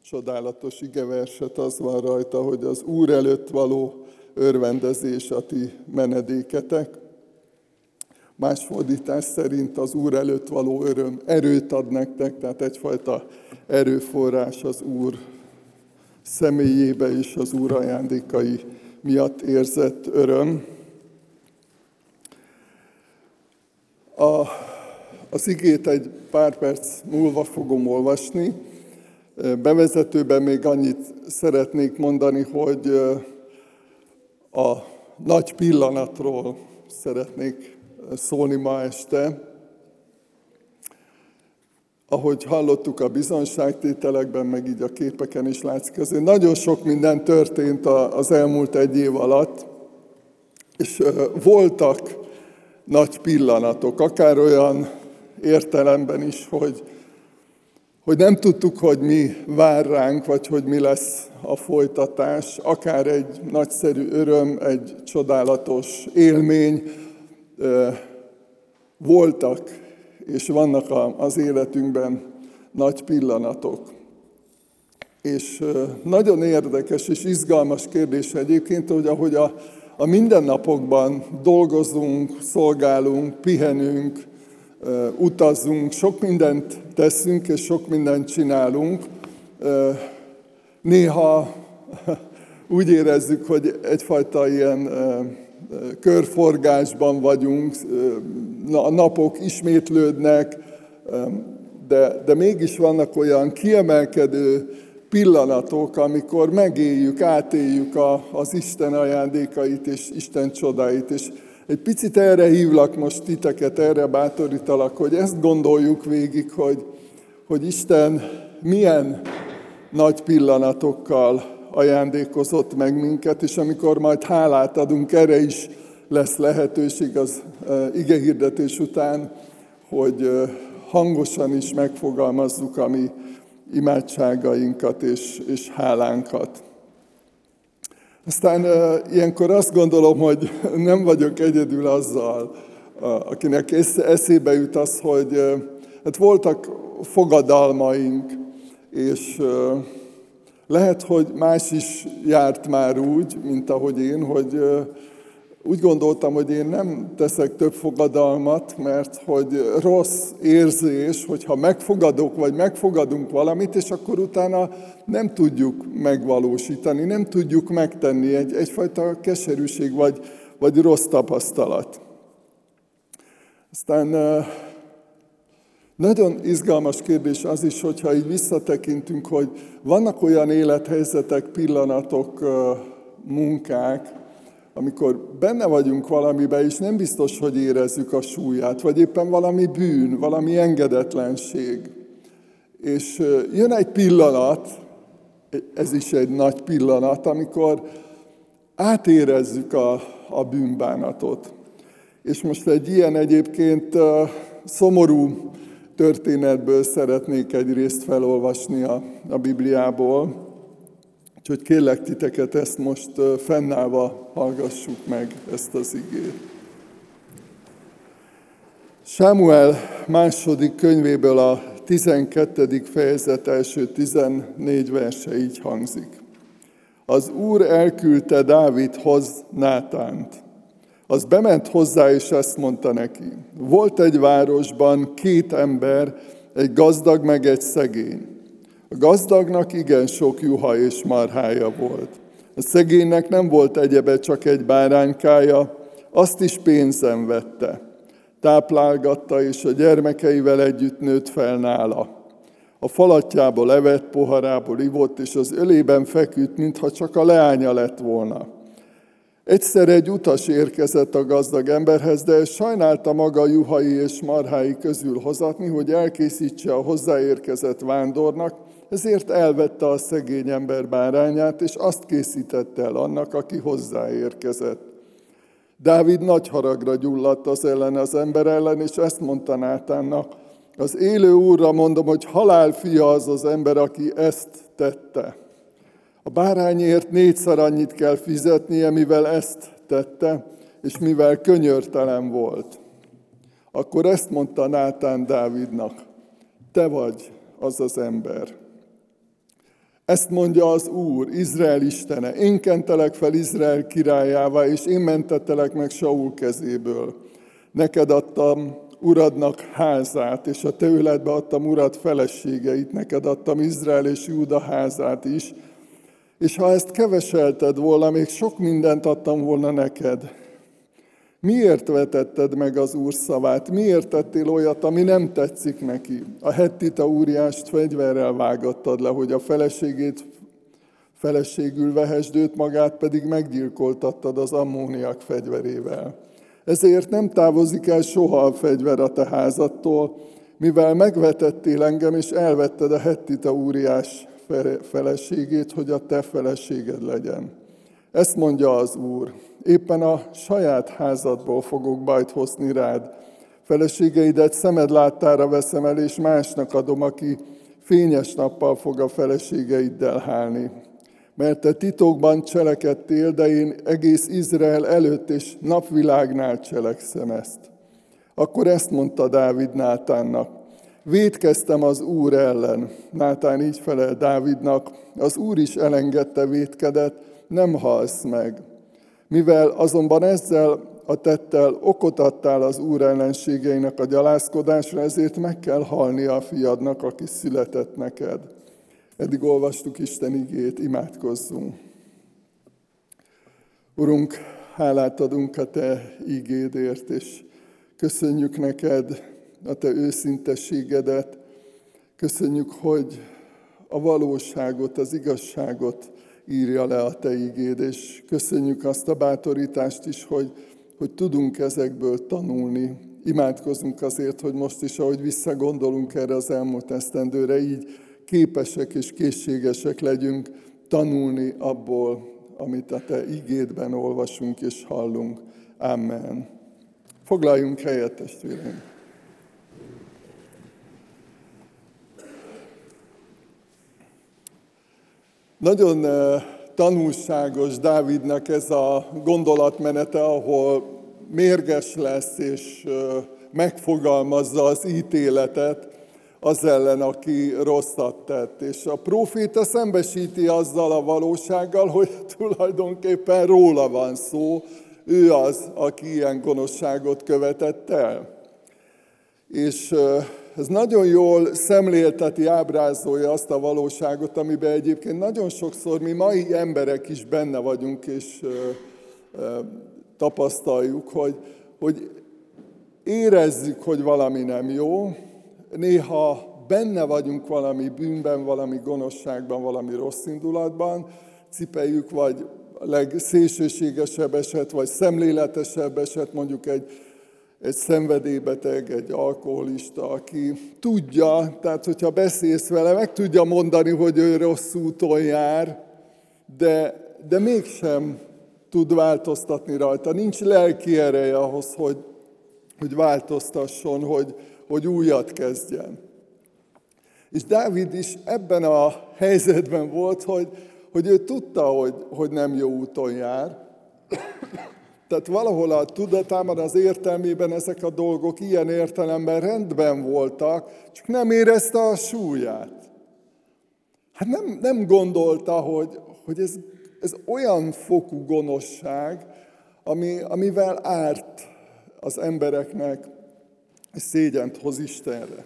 csodálatos igeverset, az van rajta, hogy az Úr előtt való örvendezés a ti menedéketek. Más fordítás szerint az Úr előtt való öröm erőt ad nektek, tehát egyfajta erőforrás az Úr személyébe és az Úr ajándékai miatt érzett öröm. Az igét egy pár perc múlva fogom olvasni. Bevezetőben még annyit szeretnék mondani, hogy a nagy pillanatról szeretnék szólni ma este. Ahogy hallottuk a bizonságtételekben, meg így a képeken is látszik, azért nagyon sok minden történt az elmúlt egy év alatt, és voltak nagy pillanatok, akár olyan értelemben is, hogy nem tudtuk, hogy mi vár ránk, vagy hogy mi lesz a folytatás, akár egy nagyszerű öröm, egy csodálatos élmény. Voltak és vannak az életünkben nagy pillanatok. És nagyon érdekes és izgalmas kérdés egyébként, hogy ahogy a mindennapokban dolgozunk, szolgálunk, pihenünk, utazunk, sok mindent teszünk és sok mindent csinálunk, néha úgy érezzük, hogy egyfajta ilyen körforgásban vagyunk, a napok ismétlődnek, de mégis vannak olyan kiemelkedő pillanatok, amikor megéljük, átéljük az Isten ajándékait és Isten csodáit. És egy picit erre hívlak most titeket, erre bátorítalak, hogy ezt gondoljuk végig, hogy Isten milyen nagy pillanatokkal ajándékozott meg minket, és amikor majd hálát adunk, erre is lesz lehetőség az igehirdetés után, hogy hangosan is megfogalmazzuk a mi imádságainkat és hálánkat. Aztán ilyenkor azt gondolom, hogy nem vagyok egyedül azzal, akinek eszébe jut az, hogy hát voltak fogadalmaink, és lehet, hogy más is járt már úgy, mint ahogy én, hogy úgy gondoltam, hogy én nem teszek több fogadalmat, mert hogy rossz érzés, hogyha megfogadok, vagy megfogadunk valamit, és akkor utána nem tudjuk megvalósítani, nem tudjuk megtenni, egyfajta keserűség, vagy rossz tapasztalat. Aztán nagyon izgalmas kérdés az is, hogyha így visszatekintünk, hogy vannak olyan élethelyzetek, pillanatok, munkák, amikor benne vagyunk valamiben, és nem biztos, hogy érezzük a súlyát, vagy éppen valami bűn, valami engedetlenség. És jön egy pillanat, ez is egy nagy pillanat, amikor átérezzük a bűnbánatot. És most egy ilyen egyébként szomorú történetből szeretnék egy részt felolvasni a Bibliából. Úgyhogy kérlek titeket, ezt most fennállva hallgassuk meg, ezt az igét. Sámuel második könyvéből a 12. fejezet első 14 verse így hangzik. Az Úr elküldte Dávidhoz Nátánt. Az bement hozzá, és ezt mondta neki. Volt egy városban 2 ember, egy gazdag meg egy szegény. A gazdagnak igen sok juha és marhája volt. A szegénynek nem volt egyebe, csak egy báránykája, azt is pénzen vette. Táplálgatta, és a gyermekeivel együtt nőtt fel nála. A falatjából evett, poharából ivott, és az ölében feküdt, mintha csak a leánya lett volna. Egyszer egy utas érkezett a gazdag emberhez, de sajnálta maga juhai és marhái közül hozatni, hogy elkészítse a hozzáérkezett vándornak, ezért elvette a szegény ember bárányát, és azt készítette el annak, aki hozzáérkezett. Dávid nagy haragra gyulladt az ember ellen, és ezt mondta Nátánnak, az élő Úrra mondom, hogy halálfia az ember, aki ezt tette. A bárányért 4-szer annyit kell fizetnie, mivel ezt tette, és mivel könyörtelen volt. Akkor ezt mondta Nátán Dávidnak, te vagy az az ember. Ezt mondja az Úr, Izrael Istene, én kentelek fel Izrael királyává, és én mentettelek meg Saul kezéből. Neked adtam uradnak házát, és a te öletbe adtam urad feleségeit, neked adtam Izrael és Júda házát is, és ha ezt keveselted volna, még sok mindent adtam volna neked. Miért vetetted meg az Úr szavát? Miért tettél olyat, ami nem tetszik neki? A hettita úriást fegyverrel vágattad le, hogy a feleségét feleségül vehesd őt, magát pedig meggyilkoltattad az ammóniak fegyverével. Ezért nem távozik el soha a fegyver a te házadtól, mivel megvetettél engem, és elvetted a hettita úriás feleségét, hogy a te feleséged legyen. Ezt mondja az Úr, éppen a saját házadból fogok bajt hozni rád. Feleségeidet szemed láttára veszem el, és másnak adom, aki fényes nappal fog a feleségeiddel hálni. Mert te titokban cselekedtél, de én egész Izrael előtt és napvilágnál cselekszem ezt. Akkor ezt mondta Dávid Nátánnak. Vétkeztem az Úr ellen. Nátán így felel Dávidnak, az Úr is elengedte vétkedet, nem halsz meg. Mivel azonban ezzel a tettel okot adtál az Úr ellenségeinek a gyalázkodásra, ezért meg kell halnia a fiadnak, aki született neked. Eddig olvastuk Isten igét, imádkozzunk. Urunk, hálát adunk a te igédért, és köszönjük neked a te őszintességedet. Köszönjük, hogy a valóságot, az igazságot írja le a te igéd, és köszönjük azt a bátorítást is, hogy tudunk ezekből tanulni. Imádkozunk azért, hogy most is, ahogy visszagondolunk erre az elmúlt esztendőre, így képesek és készségesek legyünk tanulni abból, amit a te igédben olvasunk és hallunk. Amen. Foglaljunk helyet, testvéreim! Nagyon tanulságos Dávidnak ez a gondolatmenete, ahol mérges lesz és megfogalmazza az ítéletet az ellen, aki rosszat tett. És a próféta szembesíti azzal a valósággal, hogy tulajdonképpen róla van szó, ő az, aki ilyen gonoszságot követett el. És ez nagyon jól szemlélteti, ábrázolja azt a valóságot, amiben egyébként nagyon sokszor mi mai emberek is benne vagyunk, és tapasztaljuk, hogy érezzük, hogy valami nem jó, néha benne vagyunk valami bűnben, valami gonoszságban, valami rossz indulatban, cipeljük, vagy a legszélsőségesebb eset, vagy szemléletesebb eset, mondjuk egy szenvedélybeteg, egy alkoholista, aki tudja, tehát hogyha beszélsz vele, meg tudja mondani, hogy ő rossz úton jár, de mégsem tud változtatni rajta. Nincs lelki ereje ahhoz, hogy változtasson, hogy újat kezdjen. És Dávid is ebben a helyzetben volt, hogy ő tudta, hogy nem jó úton jár. Tehát valahol a tudatában, az értelmében ezek a dolgok ilyen értelemben rendben voltak, csak nem érezte a súlyát. Hát nem gondolta, hogy ez olyan fokú gonoszság, amivel árt az embereknek, és szégyent hoz Istenre.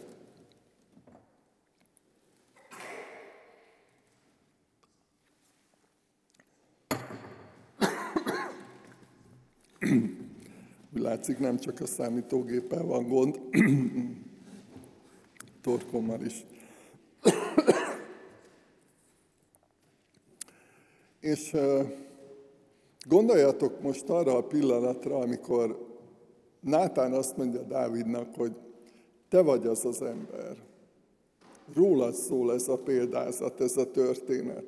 Úgy látszik, nem csak a számítógéppel van gond, torkommal is. És gondoljatok most arra a pillanatra, amikor Nátán azt mondja Dávidnak, hogy te vagy az az ember. Rólad szól ez a példázat, ez a történet.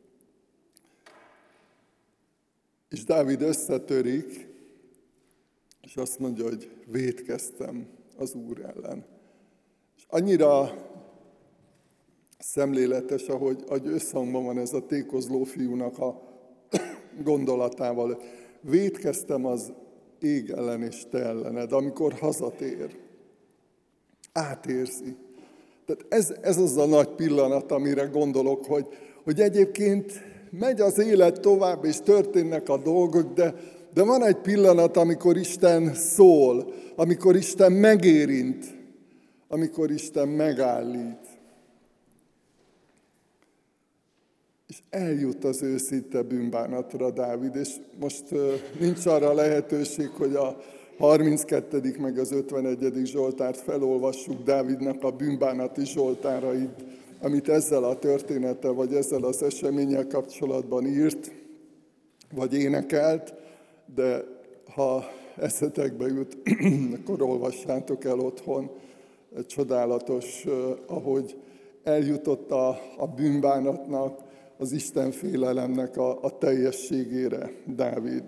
És Dávid összetörik, és azt mondja, hogy vétkeztem az Úr ellen. És annyira szemléletes, ahogy összhangban van ez a tékozló fiúnak a gondolatával. Vétkeztem az ég ellen és te ellened, amikor hazatér. Átérzi. Tehát ez az a nagy pillanat, amire gondolok, hogy egyébként megy az élet tovább, és történnek a dolgok, de van egy pillanat, amikor Isten szól, amikor Isten megérint, amikor Isten megállít. És eljut az őszinte bűnbánatra Dávid, és most nincs arra lehetőség, hogy a 32. meg az 51. Zsoltárt felolvassuk Dávidnak a bűnbánati zsoltárait, amit ezzel a történettel, vagy ezzel az eseménnyel kapcsolatban írt, vagy énekelt, de ha eszetekbe jut, akkor olvassátok el otthon. Csodálatos, ahogy eljutott a bűnbánatnak, az Isten félelemnek a teljességére Dávid.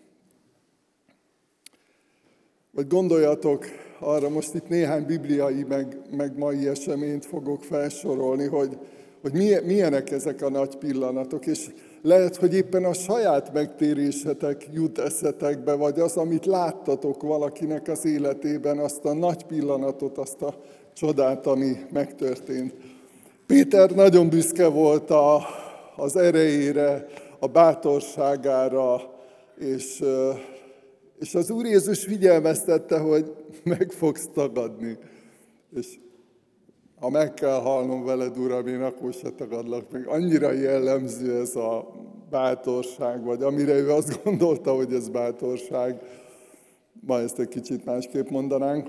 Vagy gondoljatok arra, most itt néhány bibliai, meg mai eseményt fogok felsorolni, hogy milyenek ezek a nagy pillanatok, és lehet, hogy éppen a saját megtérésetek jut eszetekbe, vagy az, amit láttatok valakinek az életében, azt a nagy pillanatot, azt a csodát, ami megtörtént. Péter nagyon büszke volt az erejére, a bátorságára, és az Úr Jézus figyelmeztette, hogy meg fogsz tagadni. És ha meg kell halnom veled, Uram, én akkor se tagadlak meg. Annyira jellemző ez a bátorság, vagy amire ő azt gondolta, hogy ez bátorság. Ma ezt egy kicsit másképp mondanánk.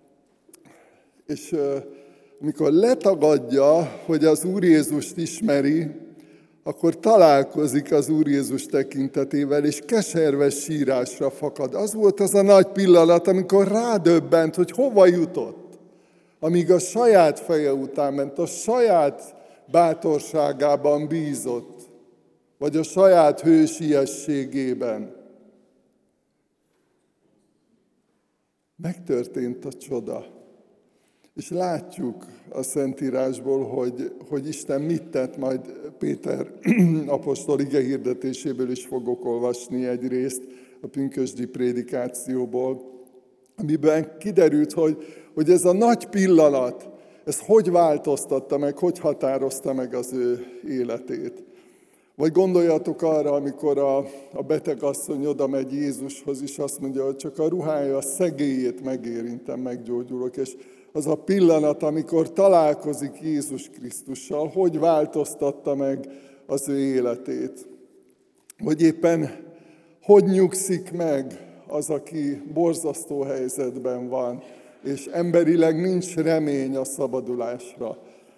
És amikor letagadja, hogy az Úr Jézust ismeri, akkor találkozik az Úr Jézus tekintetével, és keserves sírásra fakad. Az volt az a nagy pillanat, amikor rádöbbent, hogy hova jutott. Amíg a saját feje után ment, a saját bátorságában bízott, vagy a saját hősiességében. Megtörtént a csoda. És látjuk a Szentírásból, hogy Isten mit tett, majd Péter apostol igehirdetéséből is fogok olvasni egy részt a pünkösdi prédikációból, amiben kiderült, hogy ez a nagy pillanat, ez hogy változtatta meg, hogy határozta meg az ő életét. Vagy gondoljatok arra, amikor a beteg asszony oda megy Jézushoz, és azt mondja, hogy csak a ruhája, a szegélyét megérintem, meggyógyulok, és az a pillanat, amikor találkozik Jézus Krisztussal, hogy változtatta meg az ő életét. Vagy éppen hogy nyugszik meg az, aki borzasztó helyzetben van, és emberileg nincs remény a szabadulásra.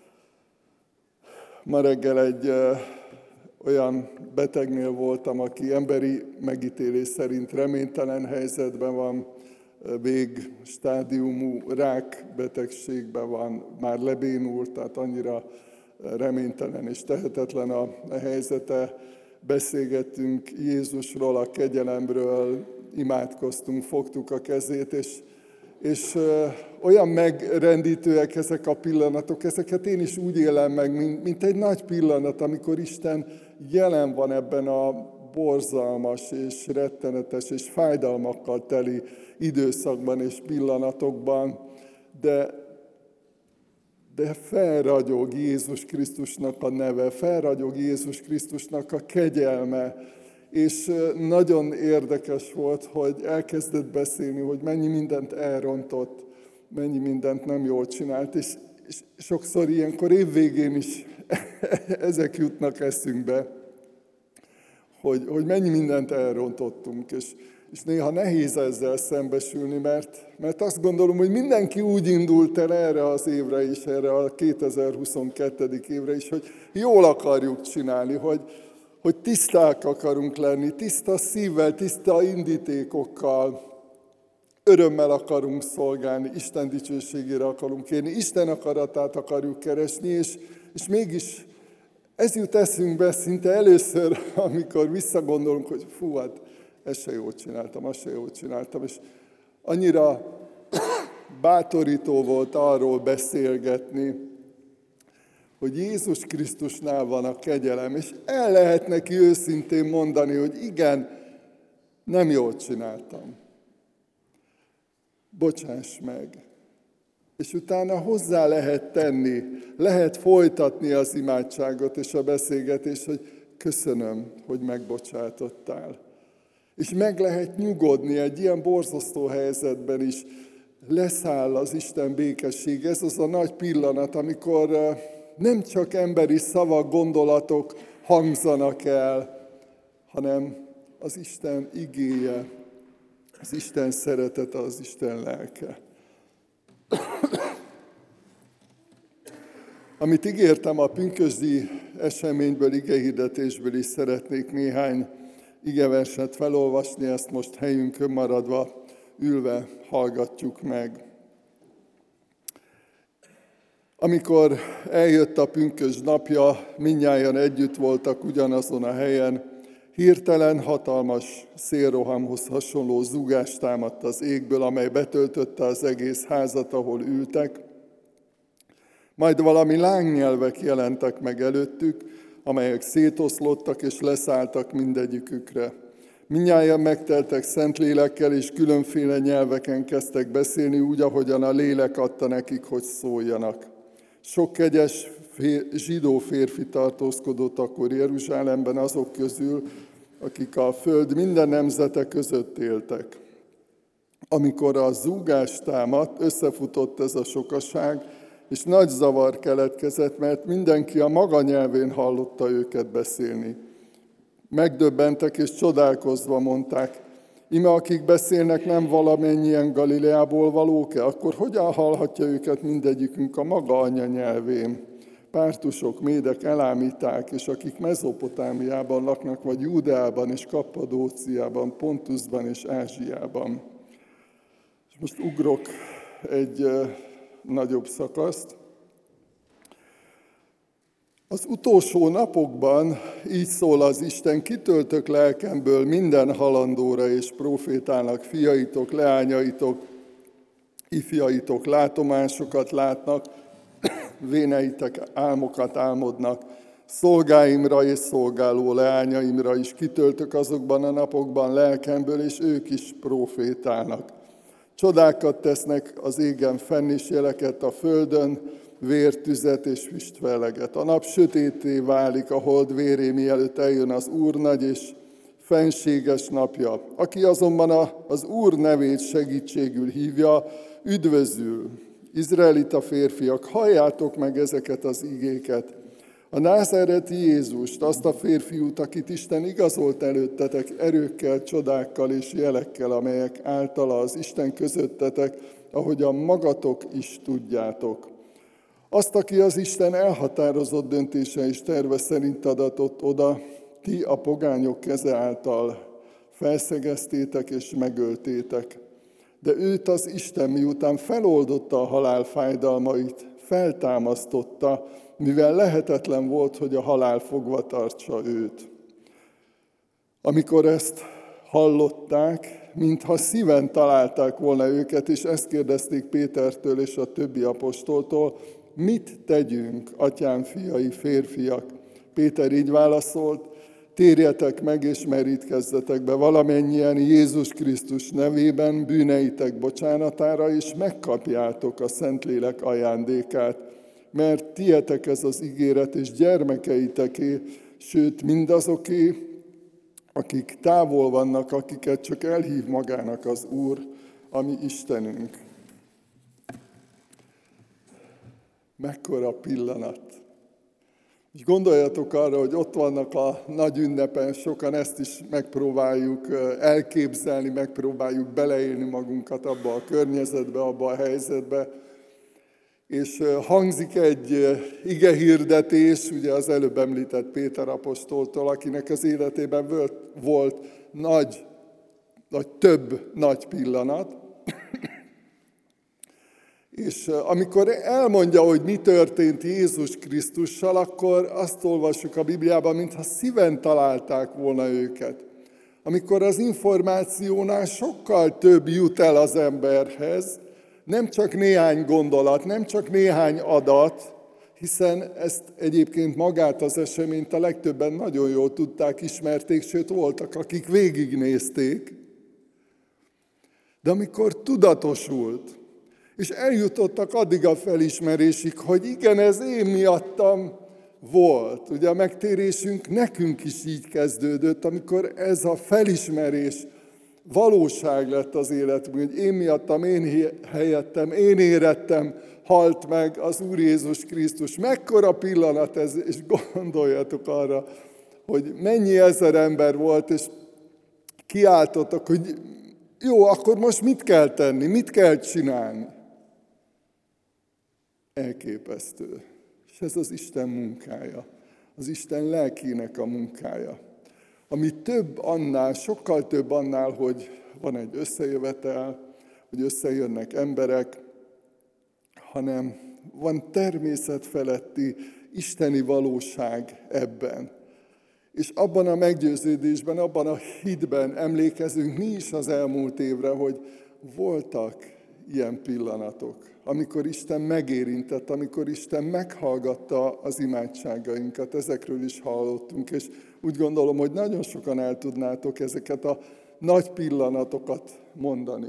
Ma reggel egy olyan betegnél voltam, aki emberi megítélés szerint reménytelen helyzetben van, végstádiumú rákbetegségben van, már lebénult, tehát annyira reménytelen és tehetetlen a helyzete. Beszélgettünk Jézusról, a kegyelemről, imádkoztunk, fogtuk a kezét, és olyan megrendítőek ezek a pillanatok, ezeket én is úgy élem meg, mint egy nagy pillanat, amikor Isten jelen van ebben a borzalmas és rettenetes és fájdalmakkal teli időszakban és pillanatokban, de felragyog Jézus Krisztusnak a neve, felragyog Jézus Krisztusnak a kegyelme, és nagyon érdekes volt, hogy elkezdett beszélni, hogy mennyi mindent elrontott, mennyi mindent nem jól csinált, és sokszor ilyenkor évvégén is ezek jutnak eszünkbe, hogy mennyi mindent elrontottunk, és néha nehéz ezzel szembesülni, mert azt gondolom, hogy mindenki úgy indult el erre az évre is, erre a 2022. évre is, hogy jól akarjuk csinálni, hogy tiszták akarunk lenni, tiszta szívvel, tiszta indítékokkal, örömmel akarunk szolgálni, Isten dicsőségére akarunk kérni, Isten akaratát akarjuk keresni, és mégis ez jut eszünkbe szinte először, amikor visszagondolunk, hogy fú, hát ezt se jól csináltam, azt se jól csináltam, és annyira bátorító volt arról beszélgetni, hogy Jézus Krisztusnál van a kegyelem, és el lehet neki őszintén mondani, hogy igen, nem jól csináltam. Bocsáss meg. És utána hozzá lehet tenni, lehet folytatni az imádságot és a beszélgetést, hogy köszönöm, hogy megbocsátottál. És meg lehet nyugodni egy ilyen borzasztó helyzetben is. Leszáll az Isten békesség. Ez az a nagy pillanat, amikor nem csak emberi szavak, gondolatok hangzanak el, hanem az Isten igéje, az Isten szeretete, az Isten lelke. Amit ígértem, a pünkösdi eseményből, igehirdetésből is szeretnék néhány igeverset felolvasni, ezt most helyünkön maradva, ülve hallgatjuk meg. Amikor eljött a pünkösd napja, mindnyájan együtt voltak ugyanazon a helyen, hirtelen hatalmas szélrohamhoz hasonló zúgás támadt az égből, amely betöltötte az egész házat, ahol ültek. Majd valami lángnyelvek jelentek meg előttük, amelyek szétoszlottak és leszálltak mindegyikükre. Mindnyájan megteltek Szentlélekkel, és különféle nyelveken kezdtek beszélni, úgy, ahogyan a lélek adta nekik, hogy szóljanak. Sok kegyes zsidó férfi tartózkodott akkor Jeruzsálemben azok közül, akik a föld minden nemzete között éltek. Amikor a zúgás támadt, összefutott ez a sokaság, és nagy zavar keletkezett, mert mindenki a maga nyelvén hallotta őket beszélni. Megdöbbentek és csodálkozva mondták, ime akik beszélnek, nem valamennyien Galileából valók-e? Akkor hogyan hallhatja őket mindegyikünk a maga anyanyelvén? Pártusok, médek, elámíták, és akik Mezopotámiában laknak, vagy Júdeában és Kappadóciában, Pontusban és Ázsiában. És most ugrok egy nagyobb szakaszt. Az utolsó napokban így szól az Isten, kitöltök lelkemből minden halandóra és profétának, fiaitok, leányaitok, ifjaitok látomásokat látnak, véneitek álmokat álmodnak, szolgáimra és szolgáló leányaimra is kitöltök azokban a napokban lelkemből, és ők is profétálnak. Csodákat tesznek az égen fenn, és jeleket a földön, vértüzet és füstveleget. A nap sötétté válik, a hold véré, mielőtt eljön az Úr nagy és fenséges napja. Aki azonban az Úr nevét segítségül hívja, üdvözül. Izraelita férfiak, halljátok meg ezeket az igéket. A názáreti Jézust, azt a férfiút, akit Isten igazolt előttetek erőkkel, csodákkal és jelekkel, amelyek általa az Isten közöttetek, ahogyan magatok is tudjátok. Azt, aki az Isten elhatározott döntése és terve szerint adatott oda, ti a pogányok keze által felszegeztétek és megöltétek. De őt az Isten miután feloldotta a halál fájdalmait, feltámasztotta, mivel lehetetlen volt, hogy a halál fogva tartsa őt. Amikor ezt hallották, mintha szíven találták volna őket, és ezt kérdezték Pétertől és a többi apostoltól, mit tegyünk, atyám fiai, férfiak? Péter így válaszolt, térjetek meg és merítkezzetek be valamennyien Jézus Krisztus nevében bűneitek bocsánatára, és megkapjátok a Szentlélek ajándékát, mert tietek ez az ígéret, és gyermekeiteké, sőt mindazoké, akik távol vannak, akiket csak elhív magának az Úr, a mi Istenünk. Mekkora pillanat! És gondoljatok arra, hogy ott vannak a nagy ünnepen, sokan ezt is megpróbáljuk elképzelni, megpróbáljuk beleélni magunkat abba a környezetbe, abba a helyzetbe, és hangzik egy igehirdetés, ugye az előbb említett Péter apostoltól, akinek az életében volt több nagy pillanat, és amikor elmondja, hogy mi történt Jézus Krisztussal, akkor azt olvassuk a Bibliában, mintha szíven találták volna őket. Amikor az információnál sokkal több jut el az emberhez, nem csak néhány gondolat, nem csak néhány adat, hiszen ezt egyébként magát az eseményt a legtöbben nagyon jól tudták, ismerték, sőt voltak, akik végignézték. De amikor tudatosult, És eljutottak addig a felismerésig, hogy igen, ez én miattam volt. Ugye a megtérésünk nekünk is így kezdődött, amikor ez a felismerés valóság lett az életünk, hogy én miattam, én helyettem, én érettem, halt meg az Úr Jézus Krisztus. Mekkora pillanat ez, és gondoljatok arra, hogy mennyi ezer ember volt, és kiáltottak, hogy jó, akkor most mit kell tenni, mit kell csinálni? Elképesztő. És ez az Isten munkája, az Isten lelkének a munkája. Ami több annál, sokkal több annál, hogy van egy összejövetel, hogy összejönnek emberek, hanem van természetfeletti isteni valóság ebben. És abban a meggyőződésben, abban a hitben emlékezünk mi is az elmúlt évre, hogy voltak ilyen pillanatok, amikor Isten megérintett, amikor Isten meghallgatta az imádságainkat, ezekről is hallottunk, és úgy gondolom, hogy nagyon sokan el tudnátok ezeket a nagy pillanatokat mondani.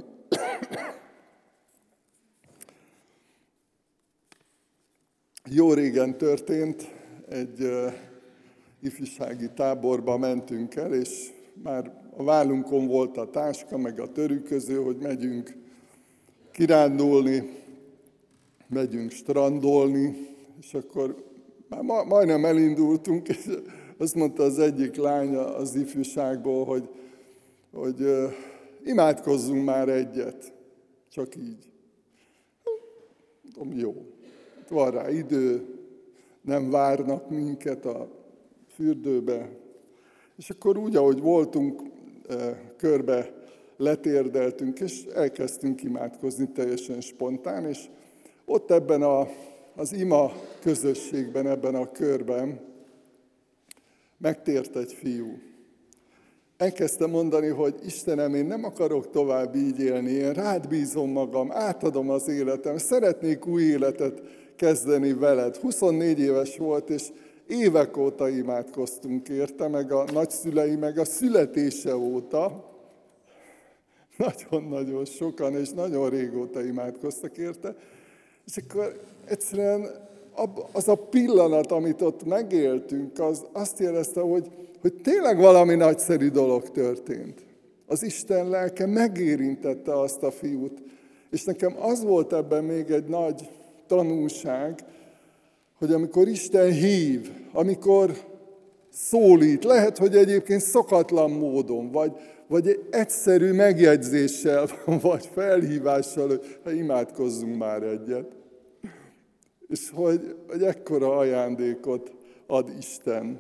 Jó régen történt, egy ifjúsági táborba mentünk el, és már a vállunkon volt a táska, meg a törűköző, hogy megyünk kirándulni, megyünk strandolni, és akkor már majdnem elindultunk, és azt mondta az egyik lánya az ifjúságból, hogy imádkozzunk már egyet, csak így. Mondom, jó, van rá idő, nem várnak minket a fürdőbe. És akkor úgy, ahogy voltunk, körbe letérdeltünk, és elkezdtünk imádkozni teljesen spontán, és ott ebben az ima közösségben, ebben a körben megtért egy fiú. Elkezdte mondani, hogy Istenem, én nem akarok tovább így élni, én rád bízom magam, átadom az életem, szeretnék új életet kezdeni veled. 24 éves volt, és évek óta imádkoztunk érte, meg a nagyszülei, meg a születése óta. Nagyon-nagyon sokan, és nagyon régóta imádkoztak érte. És akkor egyszerűen az a pillanat, amit ott megéltünk, az azt érezte, hogy tényleg valami nagyszerű dolog történt. Az Isten lelke megérintette azt a fiút. És nekem az volt ebben még egy nagy tanulság, hogy amikor Isten hív, amikor szólít, lehet, hogy egyébként szokatlan módon, vagy egy egyszerű megjegyzéssel, vagy felhívással, hogy imádkozzunk már egyet. És hogy ekkora ajándékot ad Isten.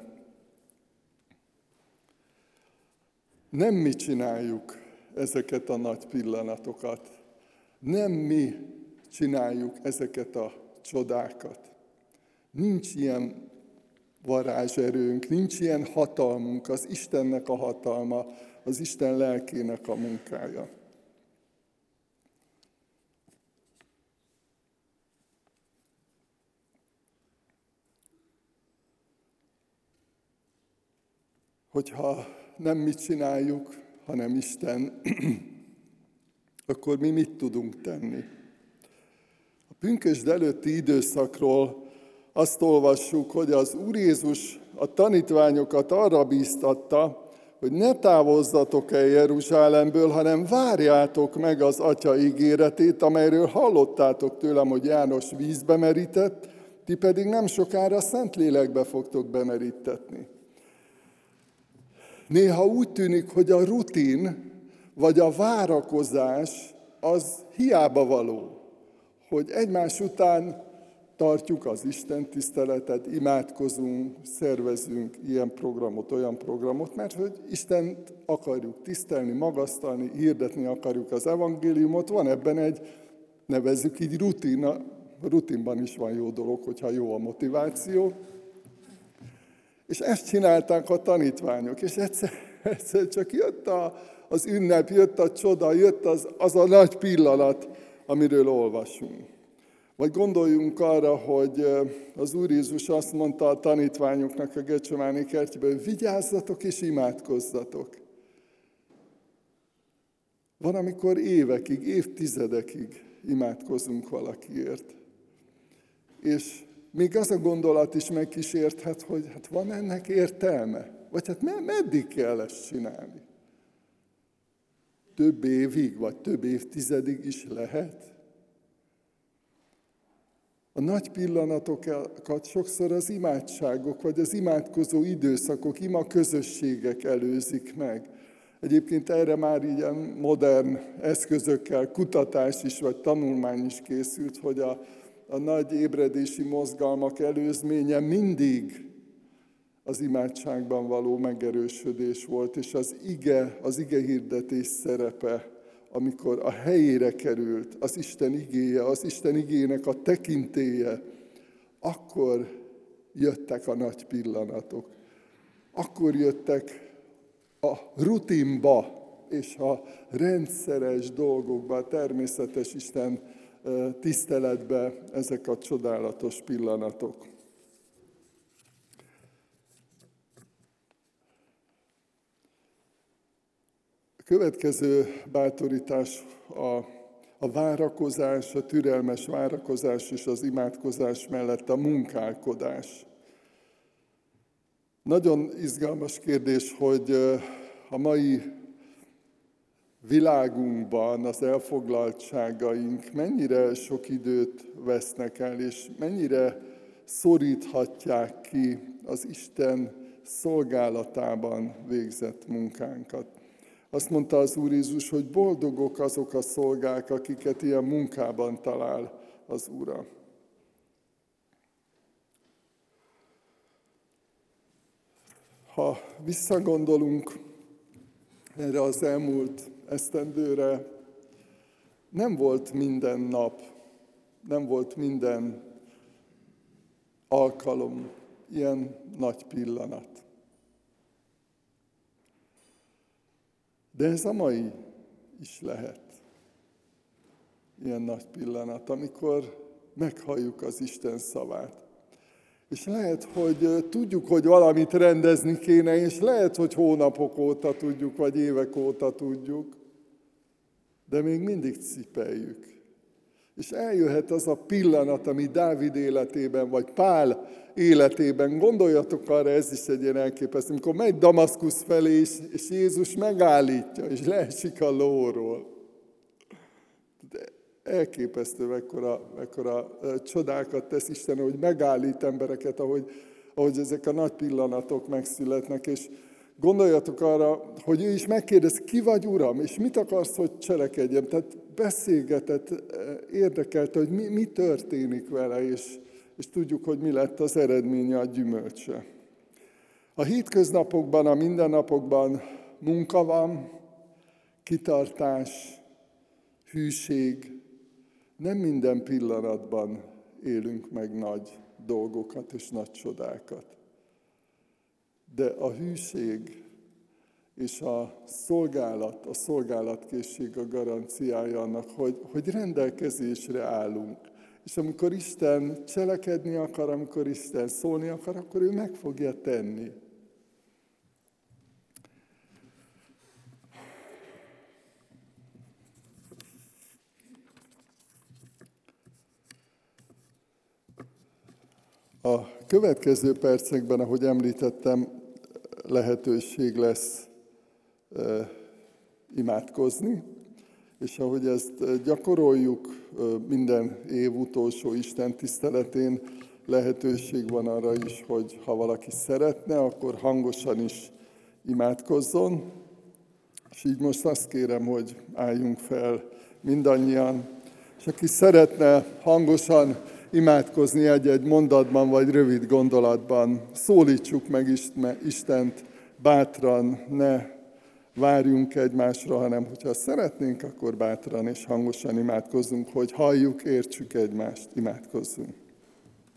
Nem mi csináljuk ezeket a nagy pillanatokat. Nem mi csináljuk ezeket a csodákat. Nincs ilyen varázserőnk, nincs ilyen hatalmunk, az Istennek a hatalma, az Isten lelkének a munkája. Hogyha nem mit csináljuk, hanem Isten, akkor mi mit tudunk tenni? A pünkösd előtti időszakról azt olvassuk, hogy az Úr Jézus a tanítványokat arra bíztatta, hogy ne távozzatok el Jeruzsálemből, hanem várjátok meg az Atya ígéretét, amelyről hallottátok tőlem, hogy János vízbe merített, ti pedig nem sokára Szentlélekbe fogtok bemerítetni. Néha úgy tűnik, hogy a rutin, vagy a várakozás az hiába való, hogy egymás után tartjuk az Isten tiszteletet, imádkozunk, szervezünk ilyen programot, olyan programot, mert hogy Istent akarjuk tisztelni, magasztalni, hirdetni akarjuk az evangéliumot. Van ebben egy, nevezzük így rutin, a rutinban is van jó dolog, hogyha jó a motiváció. És ezt csinálták a tanítványok, és egyszer csak jött az ünnep, jött a csoda, jött az a nagy pillanat, amiről olvasunk. Vagy gondoljunk arra, hogy az Úr Jézus azt mondta a tanítványoknak a Gecsemáné kertjében, hogy vigyázzatok és imádkozzatok. Van, amikor évekig, évtizedekig imádkozzunk valakiért. És még az a gondolat is megkísérthet, hogy hát van ennek értelme? Vagy hát meddig kell ezt csinálni? Több évig, vagy több évtizedig is lehet? A nagy pillanatokat sokszor az imádságok, vagy az imádkozó időszakok, imaközösségek előzik meg. Egyébként erre már ilyen modern eszközökkel kutatás is, vagy tanulmány is készült, hogy a nagy ébredési mozgalmak előzménye mindig az imádságban való megerősödés volt, és az ige hirdetés szerepe, amikor a helyére került az Isten igéje, az Isten igének a tekintélye, akkor jöttek a nagy pillanatok. Akkor jöttek a rutinba és a rendszeres dolgokba, a természetes Isten tiszteletbe ezek a csodálatos pillanatok. A következő bátorítás a várakozás, a türelmes várakozás és az imádkozás mellett a munkálkodás. Nagyon izgalmas kérdés, hogy a mai világunkban az elfoglaltságaink mennyire sok időt vesznek el, és mennyire szoríthatják ki az Isten szolgálatában végzett munkánkat. Azt mondta az Úr Jézus, hogy boldogok azok a szolgák, akiket ilyen munkában talál az Ura. Ha visszagondolunk erre az elmúlt esztendőre, nem volt minden nap, nem volt minden alkalom ilyen nagy pillanat. De ez a mai is lehet. Ilyen nagy pillanat, amikor meghalljuk az Isten szavát. És lehet, hogy tudjuk, hogy valamit rendezni kéne, és lehet, hogy hónapok óta tudjuk, vagy évek óta tudjuk, de még mindig cipeljük. És eljöhet az a pillanat, ami Dávid életében, vagy Pál életében, gondoljatok arra, ez is egy ilyen elképesztő, amikor megy Damaszkusz felé, és Jézus megállítja, és leesik a lóról. De elképesztő, mekkora csodákat tesz Isten, hogy megállít embereket, ahogy ezek a nagy pillanatok megszületnek, és gondoljatok arra, hogy ő is megkérdez, ki vagy, Uram, és mit akarsz, hogy cselekedjem? Tehát beszélgetett, érdekelte, hogy mi történik vele, és tudjuk, hogy mi lett az eredménye, a gyümölcse. A hétköznapokban, a mindennapokban munka van, kitartás, hűség. Nem minden pillanatban élünk meg nagy dolgokat és nagy csodákat. De a hűség és a szolgálatkészség a garanciája annak, hogy rendelkezésre állunk. És amikor Isten cselekedni akar, amikor Isten szólni akar, akkor ő meg fogja tenni. A következő percekben, ahogy említettem, lehetőség lesz imádkozni, és ahogy ezt gyakoroljuk minden év utolsó Isten tiszteletén, lehetőség van arra is, hogy ha valaki szeretne, akkor hangosan is imádkozzon. És így most azt kérem, hogy álljunk fel mindannyian, és aki szeretne hangosan imádkozni egy-egy mondatban vagy rövid gondolatban, szólítsuk meg Istent bátran, ne várjunk egymásra, hanem hogyha szeretnénk, akkor bátran és hangosan imádkozzunk, hogy halljuk, értsük egymást, imádkozzunk.